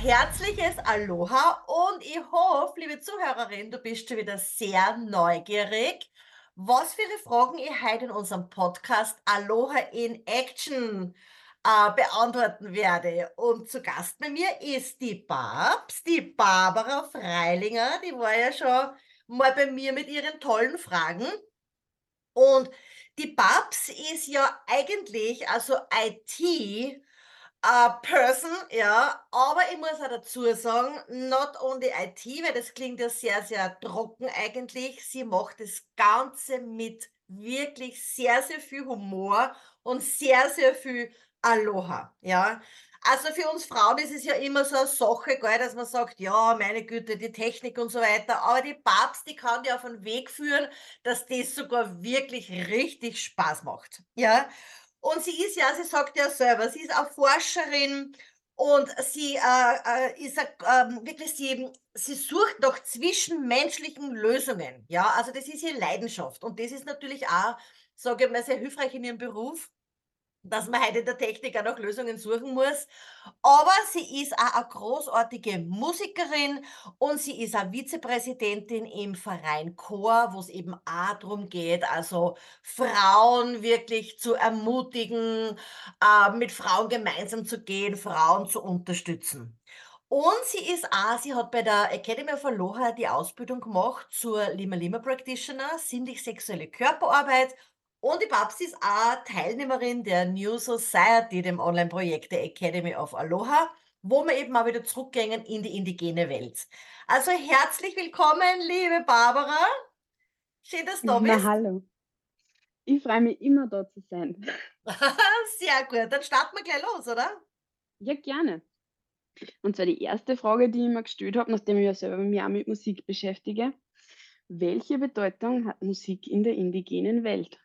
herzliches Aloha und ich hoffe, liebe Zuhörerin, du bist schon wieder sehr neugierig, was für Fragen ich heute in unserem Podcast Aloha in Action beantworten werde. Und zu Gast bei mir ist die die Barbara Freilinger, die war ja schon mal bei mir mit ihren tollen Fragen. Und die Babs ist ja eigentlich, also IT, Person, ja, aber ich muss auch dazu sagen, not only IT, weil das klingt ja sehr, sehr trocken eigentlich. Sie macht das Ganze mit wirklich sehr, sehr viel Humor und sehr, sehr viel Aloha, ja. Also für uns Frauen ist es ja immer so eine Sache, gell, dass man sagt, ja, meine Güte, die Technik und so weiter. Aber die Babs, die kann dir auf einen Weg führen, dass das sogar wirklich richtig Spaß macht, ja. Und sie ist ja, sie sagt ja selber, sie ist auch Forscherin und sie ist wirklich, sie sucht nach zwischenmenschlichen Lösungen. Ja, also das ist ihre Leidenschaft. Und das ist natürlich auch, sage ich mal, sehr hilfreich in ihrem Beruf, dass man heute in der Technik auch nach Lösungen suchen muss. Aber sie ist auch eine großartige Musikerin und sie ist auch Vizepräsidentin im Verein Chor, wo es eben auch darum geht, also Frauen wirklich zu ermutigen, mit Frauen gemeinsam zu gehen, Frauen zu unterstützen. Und sie hat bei der Academy of Aloha die Ausbildung gemacht zur Lima Lima Practitioner, sinnlich-sexuelle Körperarbeit, und die Babsi ist auch Teilnehmerin der New Society, dem Online-Projekt der Academy of Aloha, wo wir eben mal wieder zurückgehen in die indigene Welt. Also herzlich willkommen, liebe Barbara. Schön, dass du da Na, bist. hallo. Ich freue mich immer da zu sein. Sehr gut, dann starten wir gleich los, oder? Ja, gerne. Und zwar die erste Frage, die ich mir gestellt habe, nachdem ich ja selber mich auch mit Musik beschäftige. Welche Bedeutung hat Musik in der indigenen Welt?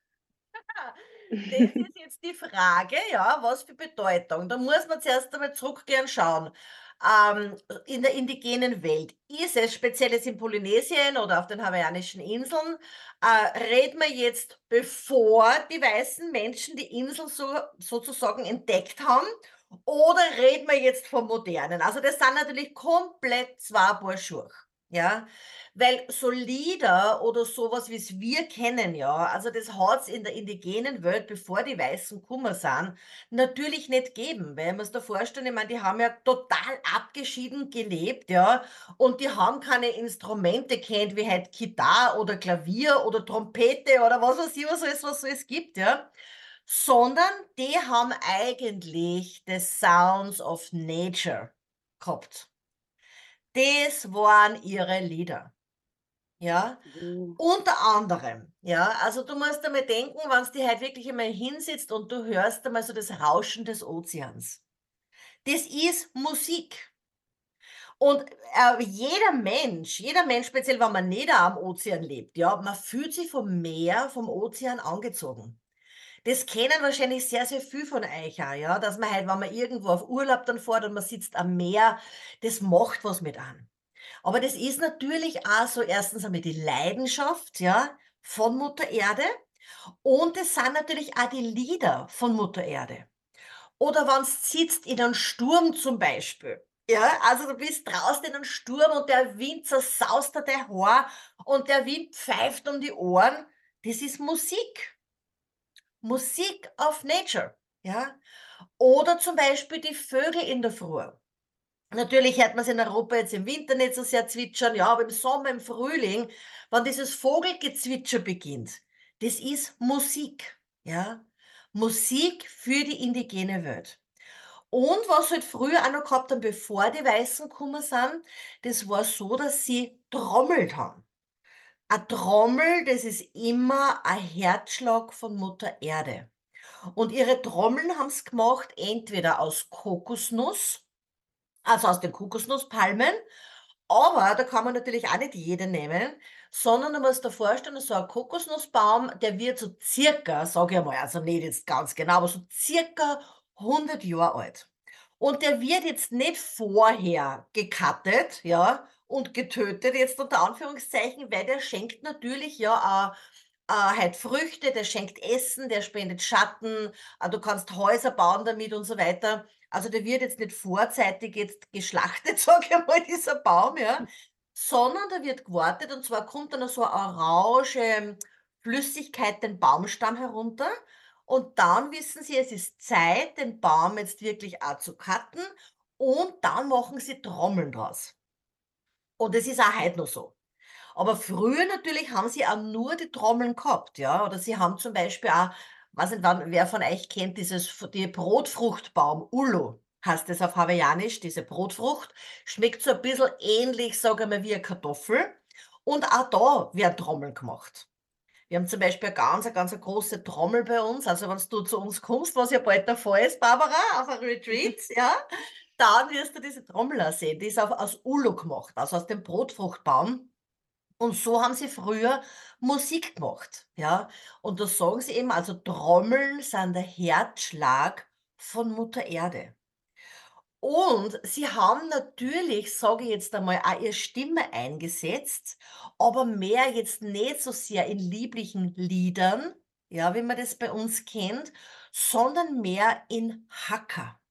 Das ist jetzt die Frage, ja, was für Bedeutung. Da muss man zuerst einmal zurückgehen schauen. In der indigenen Welt, ist es speziell jetzt in Polynesien oder auf den hawaiianischen Inseln, reden wir jetzt, bevor die weißen Menschen die Insel sozusagen entdeckt haben, oder reden wir jetzt vom Modernen? Also das sind natürlich komplett zwei Paar Schuhe. Ja, weil so Lieder oder sowas, wie es wir kennen, ja, also das hat's in der indigenen Welt, bevor die Weißen gekommen sind, natürlich nicht geben, weil man sich da vorstellen, ich meine, die haben ja total abgeschieden gelebt, ja, und die haben keine Instrumente kennt, wie halt Gitarre oder Klavier oder Trompete oder was weiß ich, was so es gibt, ja, sondern die haben eigentlich the Sounds of Nature gehabt. Das waren ihre Lieder. Ja, Oh. unter anderem, ja. Also, du musst einmal denken, wenn's dich halt wirklich einmal hinsitzt und du hörst einmal so das Rauschen des Ozeans. Das ist Musik. Und, jeder Mensch, speziell wenn man nicht am Ozean lebt, ja, man fühlt sich vom Meer, vom Ozean angezogen. Das kennen wahrscheinlich sehr, sehr viel von euch auch, ja, dass man halt, wenn man irgendwo auf Urlaub dann fährt und man sitzt am Meer, das macht was mit einem. Aber das ist natürlich auch so erstens einmal die Leidenschaft, ja, von Mutter Erde, und es sind natürlich auch die Lieder von Mutter Erde. Oder wenn's sitzt in einem Sturm zum Beispiel. Ja, also du bist draußen in einem Sturm und der Wind zersaust dir dein Haar und der Wind pfeift um die Ohren. Das ist Musik. Musik of Nature, ja. Oder zum Beispiel die Vögel in der Früh. Natürlich hört man es in Europa jetzt im Winter nicht so sehr zwitschern, ja, aber im Sommer, im Frühling, wenn dieses Vogelgezwitscher beginnt, das ist Musik, ja. Musik für die indigene Welt. Und was halt früher auch noch gehabt haben, bevor die Weißen gekommen sind, das war so, dass sie trommelt haben. Eine Trommel, das ist immer ein Herzschlag von Mutter Erde. Und ihre Trommeln haben sie gemacht, entweder aus Kokosnuss, also aus den Kokosnusspalmen, aber da kann man natürlich auch nicht jede nehmen, sondern du musst dir vorstellen, so ein Kokosnussbaum, der wird so circa, sage ich mal, also nicht jetzt ganz genau, aber so circa 100 Jahre alt. Und der wird jetzt nicht vorher gekattet, ja, und getötet, jetzt unter Anführungszeichen, weil der schenkt natürlich ja halt Früchte, der schenkt Essen, der spendet Schatten, du kannst Häuser bauen damit und so weiter. Also der wird jetzt nicht vorzeitig jetzt geschlachtet, sage ich mal, dieser Baum, ja, sondern da wird gewartet und zwar kommt dann so eine orange Flüssigkeit den Baumstamm herunter und dann wissen sie, es ist Zeit, den Baum jetzt wirklich auch zu cutten und dann machen sie Trommeln draus. Und das ist auch heute noch so. Aber früher natürlich haben sie auch nur die Trommeln gehabt, ja, oder sie haben zum Beispiel auch weiß nicht, wann wer von euch kennt die Brotfruchtbaum, Ulo heißt das auf Hawaiianisch, diese Brotfrucht. Schmeckt so ein bisschen ähnlich, sage ich mal, wie 'ne Kartoffel. Und auch da werden Trommeln gemacht. Wir haben zum Beispiel eine ganz 'ne große Trommel bei uns. Also, wenn du zu uns kommst, was ja bald der Fall ist, Barbara, auf ein Retreat, ja, dann wirst du diese Trommel auch sehen. Die ist aus Ulo gemacht, also aus dem Brotfruchtbaum. Und so haben sie früher Musik gemacht, ja. Und da sagen sie eben, also Trommeln sind der Herzschlag von Mutter Erde. Und sie haben natürlich, sage ich jetzt einmal, auch ihre Stimme eingesetzt, aber mehr jetzt nicht so sehr in lieblichen Liedern, ja, wie man das bei uns kennt, sondern mehr in Haka.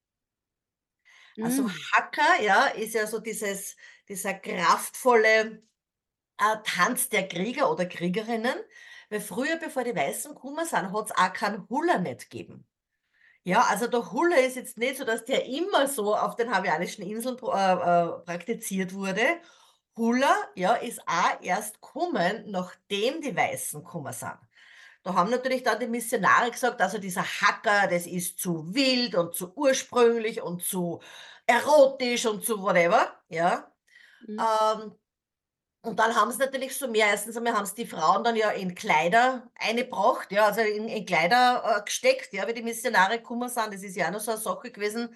Also Mhm. Haka, ja, ist ja so dieser kraftvolle Tanz der Krieger oder Kriegerinnen, weil früher, bevor die Weißen gekommen sind, hat's auch keinen Hula nicht gegeben. Ja, also der Hula ist jetzt nicht so, dass der immer so auf den hawaiianischen Inseln praktiziert wurde. Hula, ja, ist auch erst gekommen, nachdem die Weißen gekommen sind. Da haben natürlich dann die Missionare gesagt, also dieser Hacker, das ist zu wild und zu ursprünglich und zu erotisch und zu whatever, ja. Mhm. Ähm, und dann haben sie natürlich so mehr erstens einmal haben haben's die Frauen dann ja in Kleider eingebracht, ja, also in Kleider, gesteckt, ja, wie die Missionare gekommen sind. Das ist ja auch noch so 'ne Sache gewesen,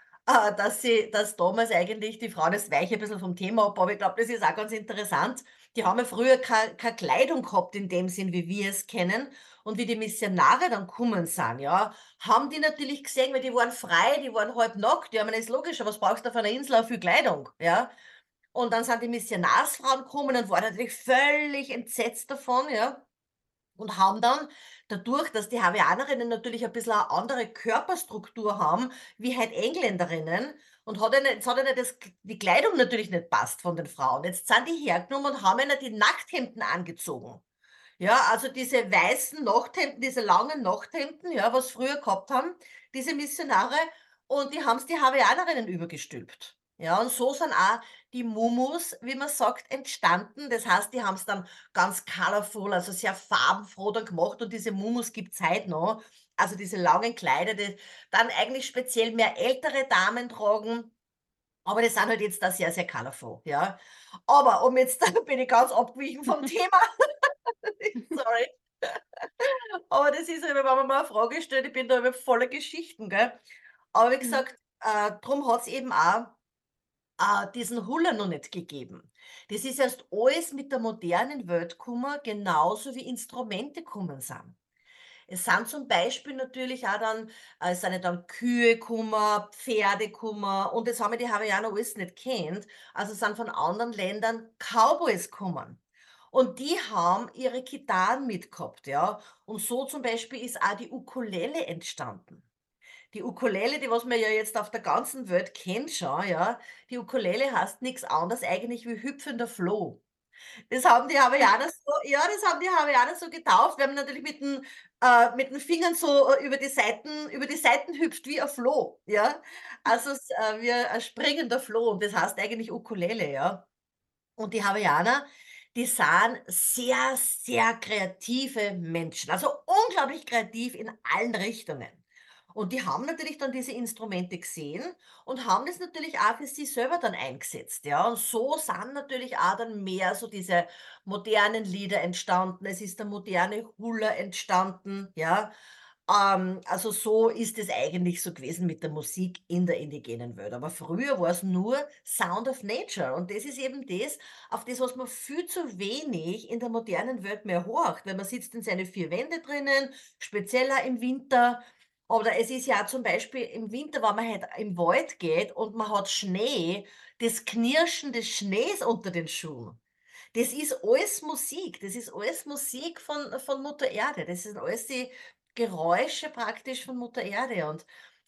dass damals eigentlich die Frauen das weiche ein bisschen vom Thema ab, aber ich glaube, das ist auch ganz interessant. Die haben ja früher keine Kleidung gehabt in dem Sinn, wie wir es kennen. Und wie die Missionare dann gekommen sind, ja, haben die natürlich gesehen, weil die waren frei, die waren halb nackt. Ja, ich meine, ist logisch, was brauchst du auf einer Insel auch viel Kleidung, ja? Und dann sind die Missionarsfrauen gekommen und waren natürlich völlig entsetzt davon, ja, und haben dann dadurch, dass die Hawaiianerinnen natürlich ein bisschen eine andere Körperstruktur haben, wie halt Engländerinnen und hat ihnen jetzt hat ihnen die Kleidung natürlich nicht passt von den Frauen. Jetzt sind die hergenommen und haben ihnen die Nachthemden angezogen. Ja, also diese weißen Nachthemden, diese langen Nachthemden, ja, was früher gehabt haben, diese Missionare, und die haben's die Hawaiianerinnen übergestülpt. Ja, und so sind auch die Mumus, wie man sagt, entstanden. Das heißt, die haben's dann ganz colorful, also sehr farbenfroh dann gemacht und diese Mumus gibt's heute noch. Also diese langen Kleider, die dann eigentlich speziell mehr ältere Damen tragen, aber die sind halt jetzt da sehr, sehr colorful, ja. Aber um jetzt da bin ich ganz abgewichen vom Thema. Sorry. Aber das ist ja, wenn man mal eine Frage stellt, ich bin da immer voller Geschichten, gell? Aber wie Mhm. gesagt, drum hat's eben auch, diesen Hula noch nicht gegeben. Das ist erst alles mit der modernen Welt gekommen, genauso wie Instrumente gekommen sind. Es sind zum Beispiel natürlich auch dann es sind ja dann Kühe gekommen, Pferde gekommen und das haben ja die Hawaiianer alles nicht kennt. Also sind von anderen Ländern Cowboys gekommen. Und die haben ihre Gitarren mitgehabt, ja. Und so zum Beispiel ist auch die Ukulele entstanden. Die Ukulele, die was man ja jetzt auf der ganzen Welt kennt schon, ja. Die Ukulele heißt nichts anderes eigentlich wie hüpfender Floh. Das haben die Hawaiianer so ja, das haben die Hawaiianer so getauft. Wir haben natürlich mit den Fingern so, über die Seiten hüpft wie ein Floh, ja? Also, wie ein springender Floh und das heißt eigentlich Ukulele, ja? Und die Hawaiianer, die sind sehr, sehr kreative Menschen, also unglaublich kreativ in allen Richtungen. Und die haben natürlich dann diese Instrumente gesehen und haben das natürlich auch für sich selber dann eingesetzt, ja. Und so sind natürlich auch dann mehr so diese modernen Lieder entstanden. Es ist der moderne Hula entstanden, ja. Also so ist es eigentlich so gewesen mit der Musik in der indigenen Welt. Aber früher war es nur Sound of Nature und das ist eben das, auf das, was man viel zu wenig in der modernen Welt mehr horcht, weil man sitzt in seine 4 Wände drinnen, speziell auch im Winter. Oder es ist ja auch zum Beispiel im Winter, wenn man halt im Wald geht und man hat Schnee, das Knirschen des Schnees unter den Schuhen. Das ist alles Musik. Das ist alles Musik von Mutter Erde. Das sind alles die Geräusche praktisch von Mutter Erde.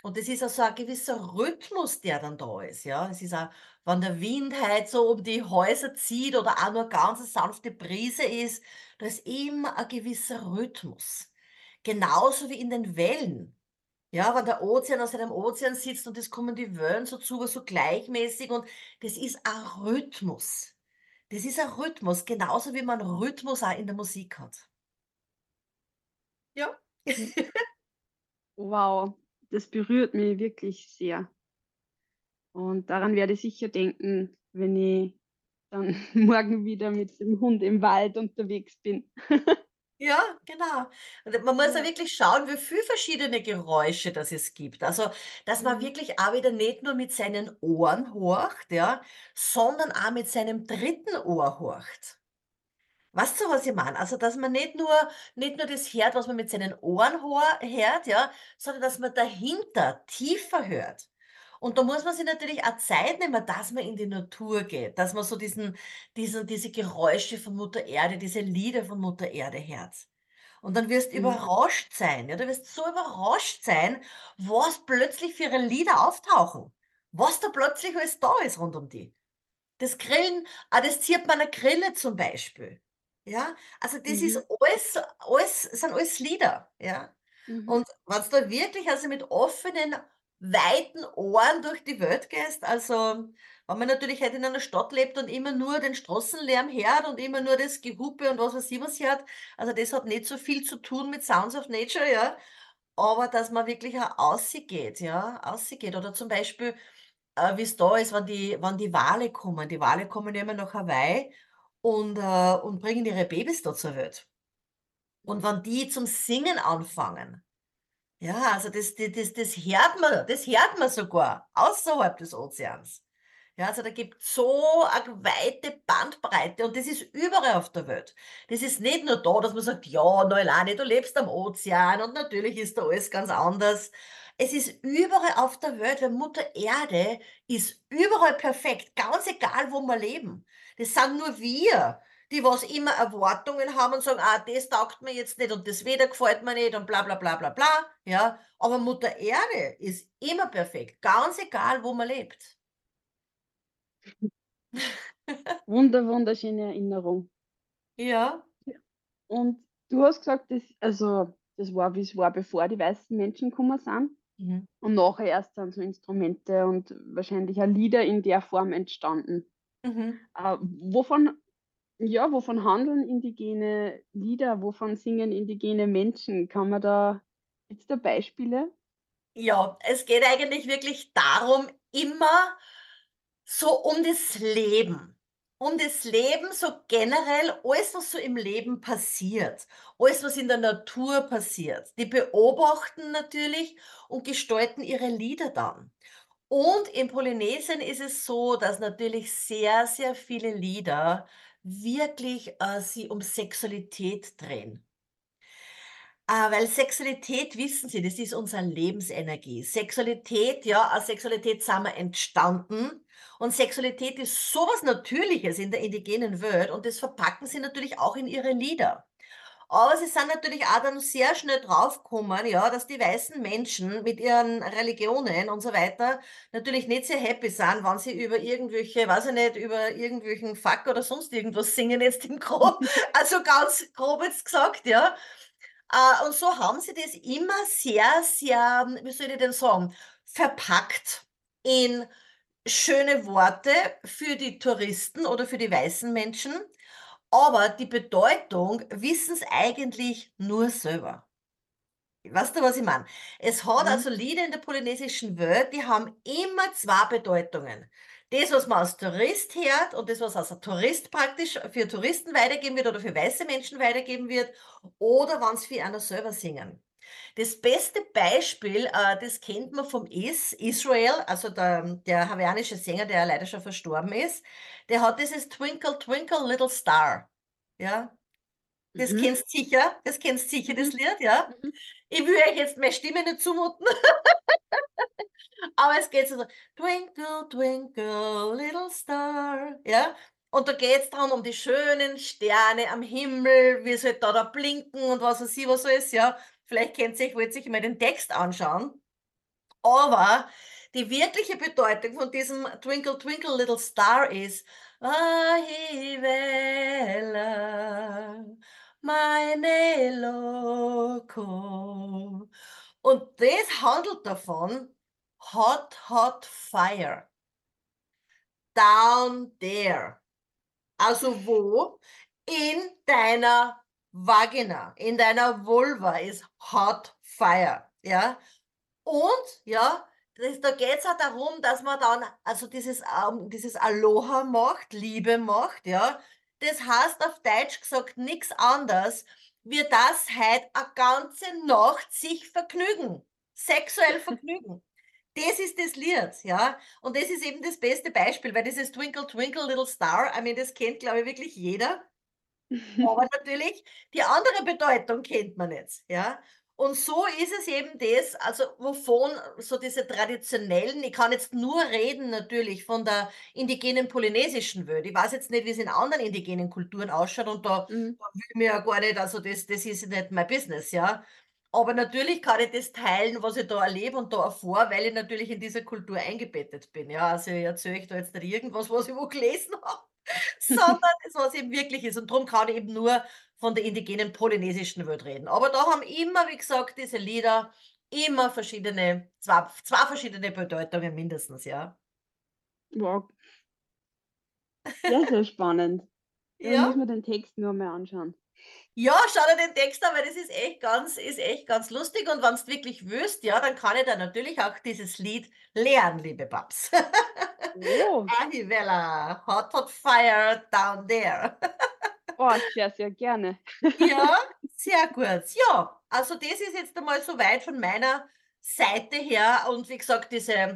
Und das ist auch so ein gewisser Rhythmus, der dann da ist, ja. Es ist auch, wenn der Wind halt so um die Häuser zieht oder auch nur ganz 'ne sanfte Brise ist, da ist immer ein gewisser Rhythmus. Genauso wie in den Wellen. Ja, wenn der Ozean aus einem Ozean sitzt und es kommen die Wellen so zu, so gleichmäßig und das ist ein Rhythmus. Das ist ein Rhythmus, genauso wie man Rhythmus auch in der Musik hat. Ja. Hm, wow, das berührt mich wirklich sehr. Und daran werde ich sicher denken, wenn ich dann morgen wieder mit dem Hund im Wald unterwegs bin. Ja, genau. Und man muss ja Ja. wirklich schauen, wie viel verschiedene Geräusche das es gibt. Also, dass man Mhm. wirklich auch wieder nicht nur mit seinen Ohren horcht, ja, sondern auch mit seinem dritten Ohr horcht. Weißt du, was ich meine? Also, dass man nicht nur das hört, was man mit seinen Ohren hört, ja, sondern dass man dahinter tiefer hört. Und da muss man sich natürlich auch Zeit nehmen, dass man in die Natur geht, dass man so diese Geräusche von Mutter Erde, diese Lieder von Mutter Erde hört. Und dann wirst du Mhm. überrascht sein, ja, du wirst so überrascht sein, was plötzlich für ihre Lieder auftauchen. Was da plötzlich alles da ist rund um die. Das Grillen, das zieht man 'ner Grille zum Beispiel. Ja, also das ist Mhm. alles sind alles Lieder, ja. Mhm. Und wenn's da wirklich also mit offenen, weiten Ohren durch die Welt gehst, also wenn man natürlich halt in einer Stadt lebt und immer nur den Straßenlärm hört und immer nur das Gehupe und was weiß ich was hört, also das hat nicht so viel zu tun mit Sounds of Nature, ja. Aber dass man wirklich auch rausgeht, ja, rausgeht oder zum Beispiel wie's da ist, wenn die Wale kommen. Die Wale kommen ja immer nach Hawaii und bringen ihre Babys da zur Welt. Und wenn die zum Singen anfangen, ja, also das hört man sogar außerhalb des Ozeans. Ja, also da gibt's so eine weite Bandbreite und das ist überall auf der Welt. Das ist nicht nur da, dass man sagt: „Ja, Neulane, du lebst am Ozean und natürlich ist da alles ganz anders.“ Es ist überall auf der Welt, weil Mutter Erde ist überall perfekt, ganz egal, wo wir leben. Das sind nur wir, die was immer Erwartungen haben und sagen: „Ah, das taugt mir jetzt nicht und das Wetter gefällt mir nicht“ und bla bla bla bla bla, ja? Aber Mutter Erde ist immer perfekt, ganz egal, wo man lebt. Wunderschöne Erinnerung. Ja. Ja. Und du hast gesagt, das war, wie es war, bevor die weißen Menschen gekommen sind Mhm. und nachher erst sind so Instrumente und wahrscheinlich auch Lieder in der Form entstanden. Mhm. Wovon handeln indigene Lieder? Wovon singen indigene Menschen? Gibt's da Beispiele? Ja, es geht eigentlich wirklich darum, immer so um das Leben. Um das Leben so generell, alles, was so im Leben passiert, alles, was in der Natur passiert. Die beobachten natürlich und gestalten ihre Lieder dann. Und in Polynesien ist es so, dass natürlich sehr, sehr viele Lieder wirklich sie um Sexualität drehen. Weil Sexualität, wissen Sie, das ist unsere Lebensenergie. Sexualität, ja, aus Sexualität sind wir entstanden und Sexualität ist so was Natürliches in der indigenen Welt und das verpacken sie natürlich auch in ihre Lieder. Aber sie sind natürlich auch dann sehr schnell draufgekommen, ja, dass die weißen Menschen mit ihren Religionen und so weiter natürlich nicht sehr happy sind, wenn sie über irgendwelche, weiß ich nicht, über irgendwelchen Fuck oder sonst irgendwas singen jetzt im Grob, also ganz grob jetzt gesagt, ja. Und so haben sie das immer sehr, sehr, wie soll ich denn sagen, verpackt in schöne Worte für die Touristen oder für die weißen Menschen, aber die Bedeutung wissen wissen's eigentlich nur selber. Weißt du, was ich meine? Es hat Mhm. also Lieder in der polynesischen Welt, die haben immer 2 Bedeutungen. Das, was man als Tourist hört und das, was als ein Tourist praktisch für Touristen weitergeben wird oder für weiße Menschen weitergeben wird oder wenn's für einer selber singen. Das beste Beispiel, das kennt man vom Israel, also der hawaiianische Sänger, der ja leider schon verstorben ist, der hat dieses „Twinkle, twinkle, little star“, ja? Mhm. Das kennst sicher, das Mhm. Lied, ja? Mhm. Ich will euch jetzt meine Stimme nicht zumuten, aber es geht so: „Twinkle, twinkle, little star“, ja? Und da geht's drum um die schönen Sterne am Himmel, wie sie halt da blinken und was weiß ich was alles, ja? Vielleicht wollt ihr euch mal den Text anschauen. Aber die wirkliche Bedeutung von diesem Twinkle, Twinkle, Little Star ist Ahivela, meine Loco. Und das handelt davon, Hot, Hot Fire, down there. Also wo? In deiner Vagina, in deiner Vulva ist Hot Fire, ja? Und ja, da geht es auch darum, dass man dann also dieses Aloha macht, Liebe macht, ja. Das heißt auf Deutsch gesagt nichts anderes, wie das heut a ganze Nacht sich vergnügen, sexuell vergnügen. Das ist das Lied, ja. Und das ist eben das beste Beispiel, weil dieses Twinkle Twinkle Little Star, I mean, das kennt, glaube ich, wirklich jeder. Aber natürlich, die andere Bedeutung kennt man jetzt, ja. Und so ist es eben das, also wovon so diese traditionellen, ich kann jetzt nur reden natürlich von der indigenen polynesischen Welt. Ich weiß jetzt nicht, wie es in anderen indigenen Kulturen ausschaut und Mhm. da will ich mir ja gar nicht, also das ist nicht mein Business, ja. Aber natürlich kann ich das teilen, was ich da erlebe und da erfahre, weil ich natürlich in dieser Kultur eingebettet bin, ja. Also ich erzähle euch da jetzt nicht irgendwas, was ich wo gelesen habe, sondern das, was eben wirklich ist. Und darum kann ich eben nur von der indigenen polynesischen Welt reden. Aber da haben immer, wie gesagt, diese Lieder immer verschiedene, zwei verschiedene Bedeutungen mindestens, ja. Wow, sehr, sehr spannend. Da Ja, muss man den Text nur mal anschauen. ja, schau dir den Text an, weil das ist echt ganz lustig. Und wenn du wirklich willst, ja, dann kann ich dir natürlich auch dieses Lied lernen, liebe Babs. Oh, Ahivela, hot, hot fire down there. oh, sehr, sehr gerne. Ja, sehr gut. Ja, also das ist jetzt einmal so weit von meiner Seite her und wie gesagt,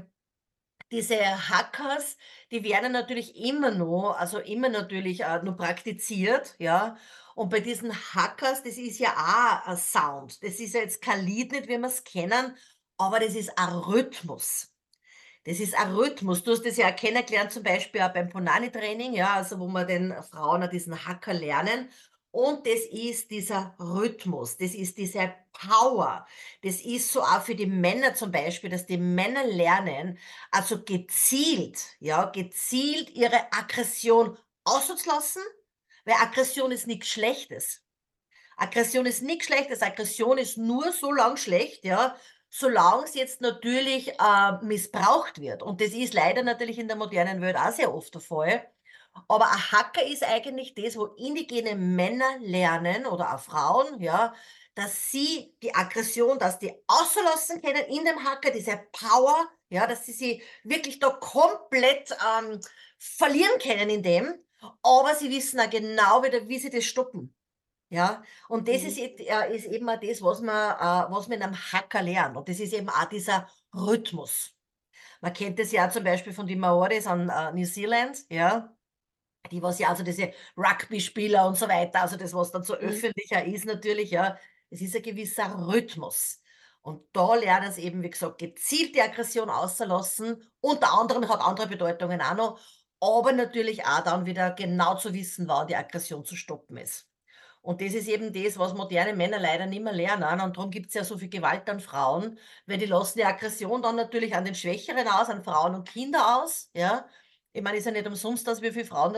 diese Hackers, die werden natürlich immer noch also immer natürlich, noch praktiziert, ja. Und bei diesen Hackers, das ist ja auch ein Sound. Das ist ja jetzt kein Lied nicht, wie wir's kennen, aber das ist ein Rhythmus. Das ist ein Rhythmus. Du hast das ja auch kennengelernt, zum Beispiel auch beim Punani-Training, ja, also wo wir den Frauen auch diesen Hacker lernen. Und das ist dieser Rhythmus, das ist diese Power. Das ist so auch für die Männer zum Beispiel, dass die Männer lernen, also gezielt, ja, gezielt ihre Aggression auszulassen, weil Aggression ist nichts Schlechtes. Aggression ist nichts Schlechtes. Aggression ist nur so lang schlecht, ja, solange es jetzt natürlich missbraucht wird. Und das ist leider natürlich in der modernen Welt auch sehr oft der Fall. Aber ein Hacker ist eigentlich das, wo indigene Männer lernen oder auch Frauen, ja, dass sie die Aggression, dass die auslassen können in dem Hacker, diese Power, ja, dass sie sie wirklich da komplett verlieren können in dem. Aber sie wissen auch genau wieder, wie sie das stoppen. Ja, und das Mhm. ist eben auch das, was man in einem Hacker lernt. Und das ist eben auch dieser Rhythmus. Man kennt das ja auch zum Beispiel von den Maoris an New Zealand, ja, die was ja also diese Rugby-Spieler und so weiter, also das, was dann so Mhm. öffentlicher ist natürlich, ja, es ist ein gewisser Rhythmus. Und da lernen sie eben, wie gesagt, gezielt die Aggression auszulassen. Unter anderem hat andere Bedeutungen auch noch, aber natürlich auch dann wieder genau zu wissen, wann die Aggression zu stoppen ist. Und das ist eben das, was moderne Männer leider nicht mehr lernen. Und darum gibt es ja so viel Gewalt an Frauen, weil die lassen die Aggression dann natürlich an den Schwächeren aus, an Frauen und Kinder aus, ja. Ich meine, ist ja nicht umsonst, dass wie viele Frauen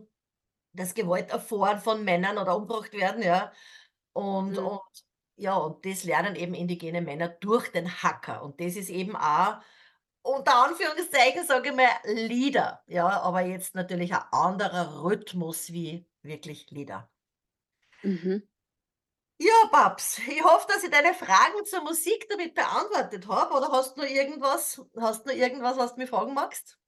das Gewalt erfahren von Männern oder umgebracht werden, ja. Mhm. Und ja, und das lernen eben indigene Männer durch den Hacker. Und das ist eben auch unter Anführungszeichen, sage ich mal, Lieder, ja, aber jetzt natürlich ein anderer Rhythmus wie wirklich Lieder. Mhm. Ja, Babs, ich hoffe, dass ich deine Fragen zur Musik damit beantwortet habe. Oder hast du noch irgendwas, was du mich fragen magst?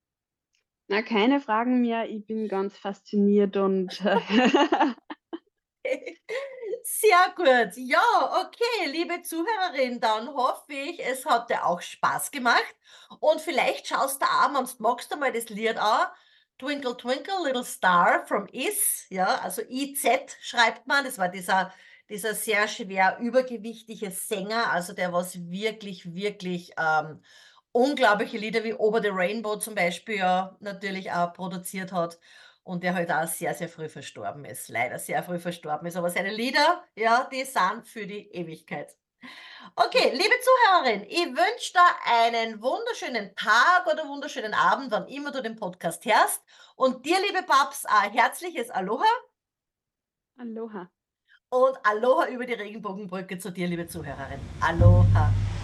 Na, keine Fragen mehr. Ich bin ganz fasziniert und Sehr gut. Ja, okay, liebe Zuhörerin, dann hoffe ich, es hat dir auch Spaß gemacht. Und vielleicht schaust du auch, wenn du magst, einmal das Lied an. Twinkle, Twinkle, Little Star from Is. Ja, also IZ schreibt man. Das war dieser sehr schwer übergewichtige Sänger, also der was wirklich unglaubliche Lieder wie Over the Rainbow zum Beispiel ja natürlich auch produziert hat. Und der halt auch sehr früh verstorben ist, leider sehr früh verstorben ist. Aber seine Lieder, ja, die sind für die Ewigkeit. Okay, liebe Zuhörerin, ich wünsche dir einen wunderschönen Tag oder wunderschönen Abend, wann immer du den Podcast hörst. Und dir, liebe Babs, ein herzliches Aloha Aloha. und Aloha über die Regenbogenbrücke zu dir, liebe Zuhörerin. Aloha.